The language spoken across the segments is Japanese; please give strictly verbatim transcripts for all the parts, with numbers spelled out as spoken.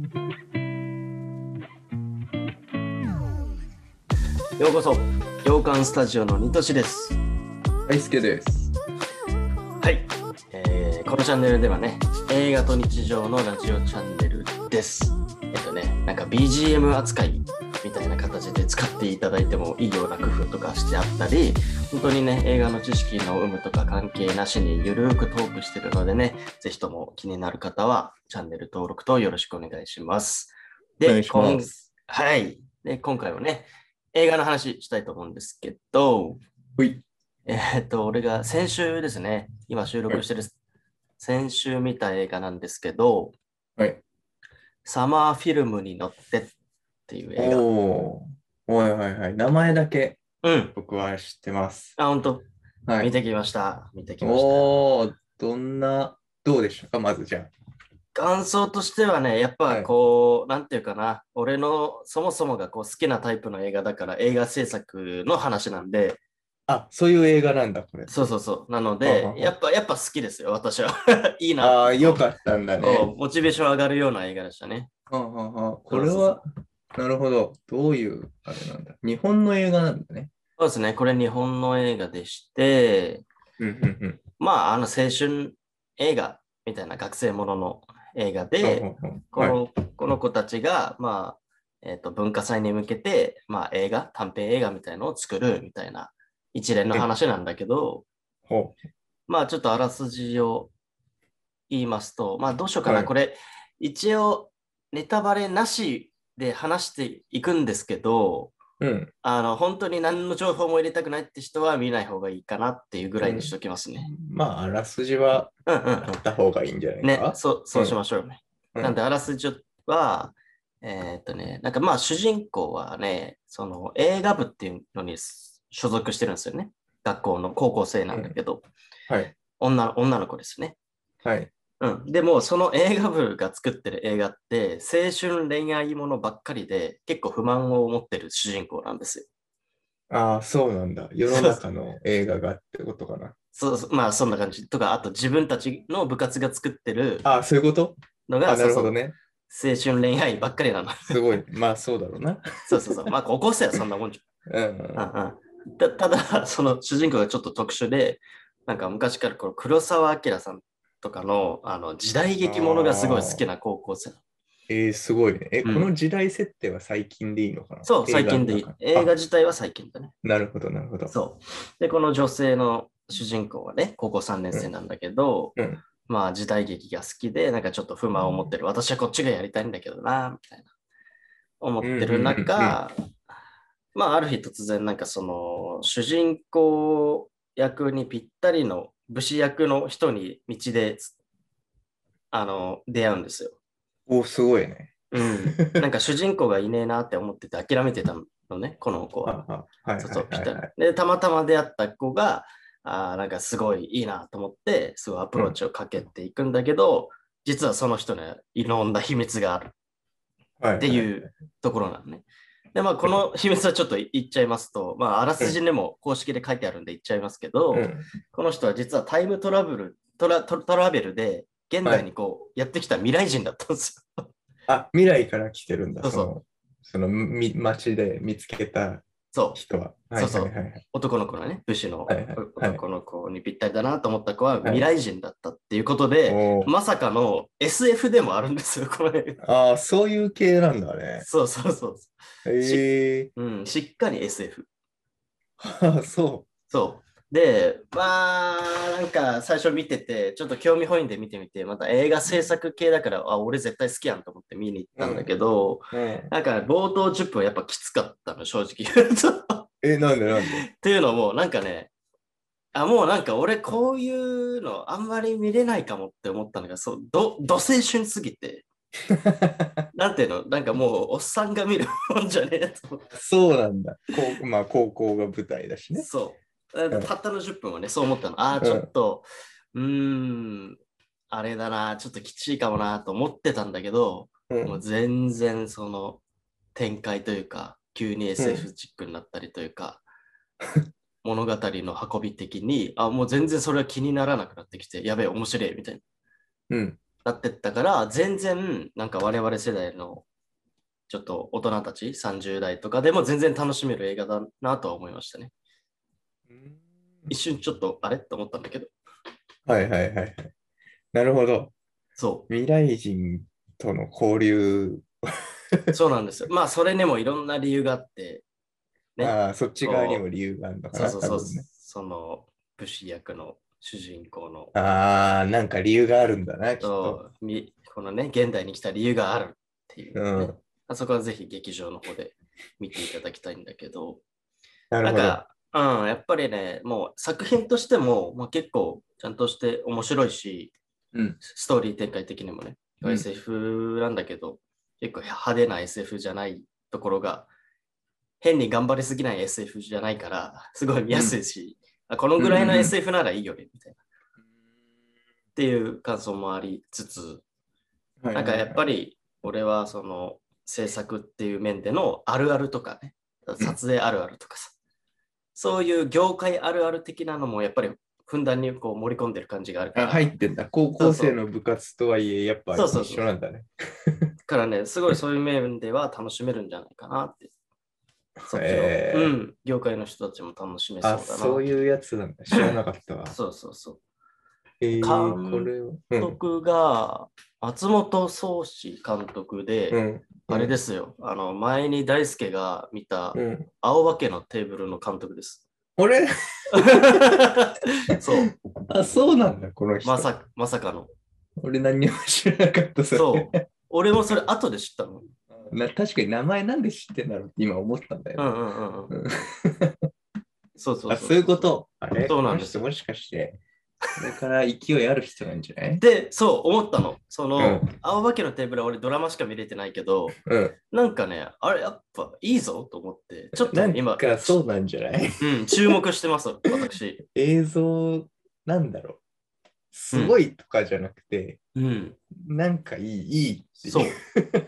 ようこそ、洋館スタジオのニトシです。 大輔です。 はい、えー、このチャンネルではね、映画と日常のラジオチャンネルです。えっとね、なんか ビージーエム 扱いみたいな形で使っていただいてもいいような工夫とかしてあったり、本当にね、映画の知識の有無とか関係なしにゆるーくトークしてるのでね、ぜひとも気になる方はチャンネル登録とよろしくお願いします。で、 お願いします。 はい。で、今回はね、映画の話したいと思うんですけど、 ほい。 えーっと、俺が先週ですね、今収はい。 録してる先週見た映画なんですけど、 はい。 サマーフィルムに乗ってっていう映画。 おー。はいはいはい。名前だけうん。 僕は知ってます。 あ、本当はい。 見てきました。見てきましたよ。 おー。どんな、どうでしたかまずじゃ感想としてはね、やっあ。 ぱはい。 こう、なんていうかな、俺のそもそもがこう好きなタイプの映画だから映画制作の話なんで、 あ、そういう映画なんだ、これって。 そうそうそう。なので、 ははは。 やっぱ、やっぱ好きですよ、私は。いいなってああ、よこかったんだう、こね。 う、モチベーション上がるような映画でしたね。 ははは。こそうそうそう。 れは、なるほど。どういう、あれなんだ。日本の映画なんだね。 そうですね。これ日本の映画でして、 うん、うん、うん。 まあ、あの青春映画みたいな学生ものの映画で、 ははは。はい。 この、この子たちが、まあ、えっと、文化祭に向けて、まあ、映画、短編映画みたいのを作るみたいな一連のうん。 話なんだけど、 ほまあ、ちょっとあらすじを言いますと、まあ、どうしようかう。はな。 い。 これ、一応、ネタバレなしで話していくんですけど、 うん。 あの、本当に何の情報も入れたくないって人は見ない方がいいかなっていうぐらいにしうん。 ときますね。 まあ、あらすじはうんうんあっうん。 た方がいいんじゃないね、 か。 そう、そうしうん。 ましょうね。なんで、 うん。 あらすじは、えーっとね、なんかまあ、主人公はね、その映画部っていうのに所属してるんですよね。学校の高校生なうん。 んだけど、 はい。 女の、女の子ですね。 はい。 うん。でも、その映画部が作ってる映画って、青春恋愛ものばっかりで、結構不満を持ってる主人公なんですよ。 ああ、そうなんだ。世のそうそう。 中の映画がってことかな。 そうそう、まあ、そんな感じ。とか、あと自分たちの部活が作ってるああ、そういうことあ、 のが、 なそうそう、 るほどね。 青春恋愛ばっかりなの。 すごい。まあ、そうだろうな。 そうそうそう。まあ、高校生はそんなもんじうゃん。 ん。 うんうん。た、ただ、その主人公がちょっと特殊で、なんか昔からこの黒澤明さんとかの、あの時代劇ものがすごい好きなああ、 高校生。 えー、すごいね。え、 うん。 この時代設定は最近でいいのかなそう、 映最近でいい。 画の中。 映画あ、 自体は最近だね。 なるほど、なるほど。 そう。で、この女性の主人公はね、高校さんねんうん。 生なんだけど、 うん。 まあ時代劇が好きで、なんかちょっと不満を持ってる。私はこっちがやりたいんだけどな、みたいな。思うん。 ってるうん。うん。 中、まあある日突然なんかその主人公役にぴったりの武士役の人に道であの出会うんですよ。 お、すごいね。 うん。なんか主人公がいねえなって思ってて諦めてたのね、この子は。 はははいはいそうそう、ぴったり。 はいはい。 で、たまたま出会った子が、あーなんかすごいいいなと思って、すごいアプうん。 ローチをかけていくんだけど、実はその人にはいろんな秘密があるっはいはいはい。 ていうところなのね。で、まあ、この秘密はちょっと言っちゃいますと、まあ、あらうん。 すじでも公式で書いてあるんで言っちゃいますけど、 うん。 この人は実はタイムトラブル、トラトトラベルで、現代にはい。 こうやってきた未来人だったんですよ。 あ、未来から来てるんだ。 そうそう。 その、そのみ街で見つけたそう。 人は。はそうそう。 いはいはいはい。 男の子のね、武士のはいはいはい。 男の子にぴったりだなと思った子は未はい。 来人だったっていうことで、 おー。 まさかの エスエフ でもあるんですよ、これ。 ああ、そういう系なんだね。 そうそうそう。し、 ええうん、しっかり エスエフ。 ー。そそう。で、まあ、なんか最初見てて、ちょっと興味本位で見てみて、また映画う。うん。 制作系だから、あ、俺絶対好きやんと思って見に行ったんだうん。 けど、 うん。 なんか冒頭じゅっぷんやっぱきつかったの、正直言うと。 え、なんでなんでっていうのも、なんかね、あ、もうなんか俺こういうのあんまり見れないかもって思ったのが、そう、ど、ど青春すぎて、なんていうの、なんかもうおっさんが見るもんじゃねえと思って。 そうなんだ。こう、まあ、高校が舞台だしね。 そう。 うん。 たったのじゅっぷんはね、そう思ったの。ああ、ちょっうん。 と、うーん、あれだな、ちょっときついかもなと思ってたんだけど、もううん。 全然その展開というか、急にうエスエフん。 チックになったりというか、物語の運び的に、あ、もう全然それは気にならなくなってきて、やべえ、面白いみたいな。 うん。 なってったから、全然なんか我々世代のちょっと大人たちさんじゅう代とかでも全然楽しめる映画だなとは思いましたね。一瞬ちょっとあれと思ったんだけど。 はいはいはいはい。なるほど。 そ未来人との交流。 う。そうなんですよ。まあそれにもいろんな理由があって、ね。 ああ、そっち側にもこ理由があるのう、 かな、 そうそうそう、 多分ね。 その武士役の主人公の、 ああ、なんか理由があるんだな、きっと。 とみこのね、現代に来た理由があるっていうね。 うん。 あそこはぜひ劇場の方で見ていただきたいんだけど、 なるほど。 なんか、うん、やっぱりね、もう作品としても、まあ、結構ちゃんとして面白いし、 うん。 ストーリー展開的にもね、 うん。 エスエフ なんだけど、結構派手な エスエフ じゃないところが、変に頑張りすぎない エスエフ じゃないから、すごい見やすいし、あこのうん。 ぐらいのうん。 エスエフ ならいいよね、みたいな。っていう感想もありつつ、 はいなんかやはいはい。 っぱり俺はその制作っていう面でのあるあるとかね、 うん。 撮影あるあるとかさ、そういう業界あるある的なのもやっぱりふんだんにこう盛り込んでる感じがあるかあ、入ら、 ってんだ。高校生そうそう、 の部活とはいえ、やっぱ一そうそうそう。 緒なんだね。 からね、すごいそういう面では楽しめるんじゃないかなって。そっちの、うえん、業界の人たちも楽しめー、あ、 そうだなと。 そういうやつなんだ。知らなかったわ。 そうそうそう。 えー、こ監れは、うん、 督が松本壮志監督で、 うん、うあれでん、 すよ。あの、前に大輔が見たうん。 青化けのテーブルの監督です。 俺そう。 あ、そうなんだ、この人。 まさ、まさかの。 俺何にも知らなかった、それ。 そう。俺もそれ後で知ったの。 な、確かに名前なんで知ってんだろうって今思ったんだよね。 うんうんうんうん。 うん。 そうそうあ、そういうそうそうそう。 こと。あれそうこなんですよ。 の人もしかして、これから勢いある人なんじゃない？ で、そう思ったの。その、 うん、 青化けのテーブルは俺ドラマしか見れてないけど、 うん。 なんかね、あれやっぱいいぞと思って、ちょっとなね、今、 んかそうちなんじゃない？ うん、注目してます、私。 映像、なんだろう。すごうん。 いとかじゃなくて、 うん。 なんかいい、いいっていう。 そう。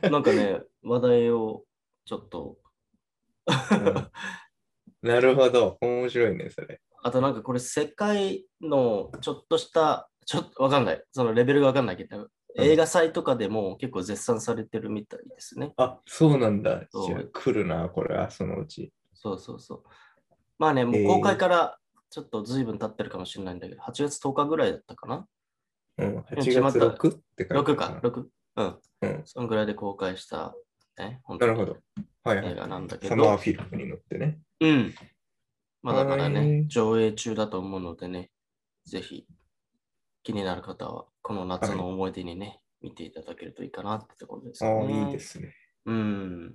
なんかね、話題をちょっとうん、なるほど。面白いね、それ。 あとなんかこれ世界のちょっとした、ちょっとわかんない。そのレベルがわかんないけど、 うん。 映画祭とかでも結構絶賛されてるみたいですね。 あ、そうなんだ。じゃあそう来るな、これは、そのうち。 そうそうそう。まあね、もう公開えからちょっと随分経ってるかもしれないんだけど、はちがつとおかぐらいだったかな。 ー、うん、8 うん決まった。 月ろくって書いてろくか、 あるかな。 ろく。うん。 うん、 そんぐらいで公開した、ね、本当になるほど。はいはい。 映画なんだけサマーど、 フィルムに乗ってね。 うん。まだまだね、 はい。 上映中だと思うのでね、ぜひ気になる方は、この夏はい。 の思い出にね、見ていただけるといいかなってところですかああ、いいでね。 すね。 うん。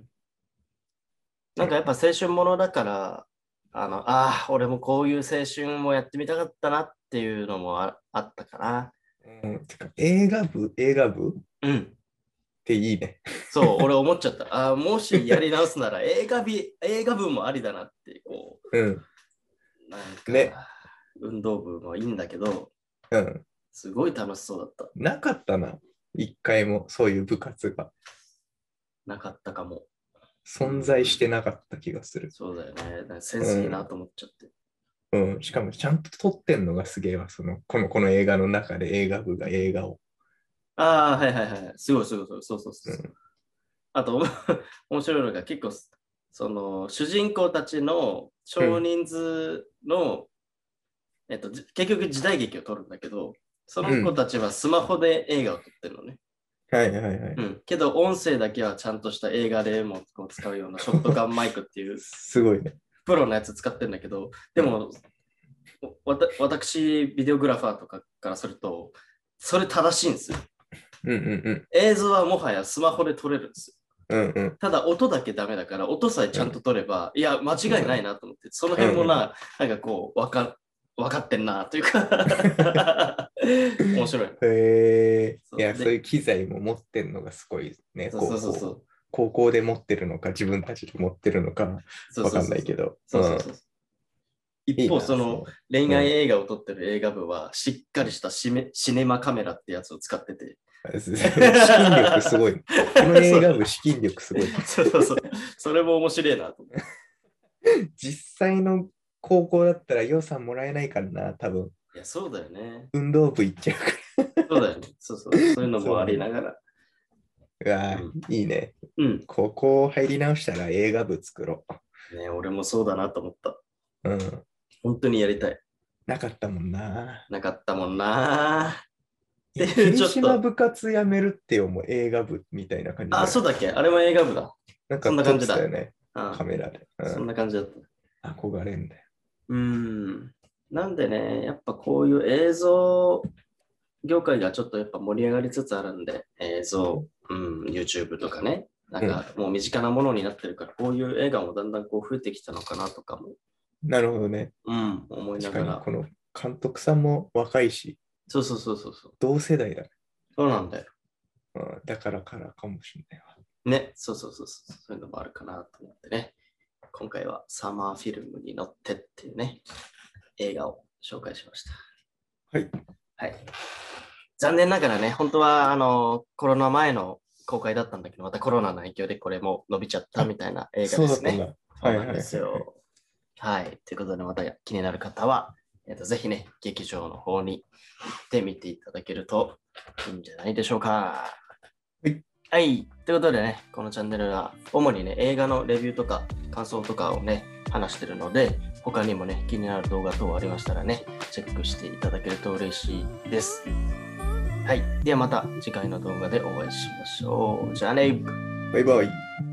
なんかやっぱなるほど。 青春ものだから、あの、ああ、俺もこういう青春もやってみたかったなっていうのもあ、あったかな。 うん、てか、映画部、映画部っうん。 ていいね。 そう、俺思っちゃった。ああ、もしやり直すなら映画び、映画部もありだなって、こうん。 う、なんね。 か、運動部もいいんだけど、 うん。 すごい楽しそうだった。 なかったな。一回もそういう部活がなかったかも。う存在しん。 てなかった気がする。 そうだよね。なんかセンうスいいなん。 と思っちゃって。 うん。しかもちゃんと撮ってんのがすげえわ。その、この、この映画の中で映画部が映画を。 ああ、はいはいはい。すごいすごいすごい。そうそうそうそう。 うん。 あと、面白いのが結構、その、主人公たちの少うん。 人数の、えっと、じ結局時代劇を撮るんだけど、その子うん。 たちはスマホで映画を撮ってるのね。 はいはいはい。 うん。けど、音声だけはちゃんとした映画でもこう使うようなショットガンマイクっていうすごいね。 プロのやつ使ってるんだけど、 うん。 でも、わた私、ビデオグラファーとかからすると、それ正しいんですよ。 うんうんうん。 映像はもはやスマホで撮れるんですよ。 うんうん。 ただ音だけダメだから、音さえちゃんとうん取れば、いや、間違いないなと思って、そのうんうん。 辺もな、なんかこう、わか、わかってんなというか面白い。 へえ。いや、 そうで、 そういう機材も持ってんのがすごいね。 そうそ高校。 うそうそう。 高校で持ってるのか、自分たちで持ってるのか、 そうわかんそうそうそう。 ないけど。うん。 そうそうそう。一方、 いいな、 そのその。 恋愛うん。 映画を撮ってる映画部は、しっかりしたシメシネマカメラってやつを使ってて。 資金力すごい。この映画部資金力すごい。 そうそうそう。それも面白いなと思って。 実際の高校だったら予算もらえないからな、多分。 いや、そうだよね。 運動部行っちゃうから。 そうだよね。そうそう。そういうのもありながら。 うわー、 うんいいね。 うん。 ここ入り直したら映画部作ろね、俺もそうだなと思った。 う。うん。 本当にやりたい。 なかったもんな。 なかったもんな。っていう、 霧ちょっと。 島部活やめるってよ、もう映画部みたいな感じあ、 で。 そうだっけあれも映画部だ。 なんそか撮ってたんな感じだ。 よね。 うんカメラで。うそんん。 な感じだった。 憧れんだよ。 うーん。なんでね、やっぱこういう映像業界がちょっとやっぱ盛り上がりつつあるんで、映像、うん、YouTube とかね、なんかもう身近なものになってるから、こういう映画もだんだんこう増えてきたのかなとかも、 なるほどね。 うん、思いな確かに、 がら。 この監督さんも若いし、 そうそうそうそうそう。 同世代だね。 そうなんだよ。 うん、だからからかもしれないわ。 ね、そうそうそうそう。そういうのもあるかなと思ってね。今回はサマーフィルムに乗ってっていうね、映画を紹介しました。 はい。 はい。残念ながらね、本当はあのコロナ前の公開だったんだけど、またコロナの影響でこれも伸びちゃったみたいな映画ですね。 そうだったんだ。 そうなんですよ。はい。ということで、また気になる方は、えーと、ぜひね、劇場の方に行ってみていただけるといいんじゃないでしょうか。 はい。 はい。ということでね、このチャンネルは主にね、映画のレビューとか感想とかをね、話してるので、他にもね、気になる動画等ありましたらね、チェックしていただけると嬉しいです。はい。ではまた次回の動画でお会いしましょう。じゃあね。 バイバイ。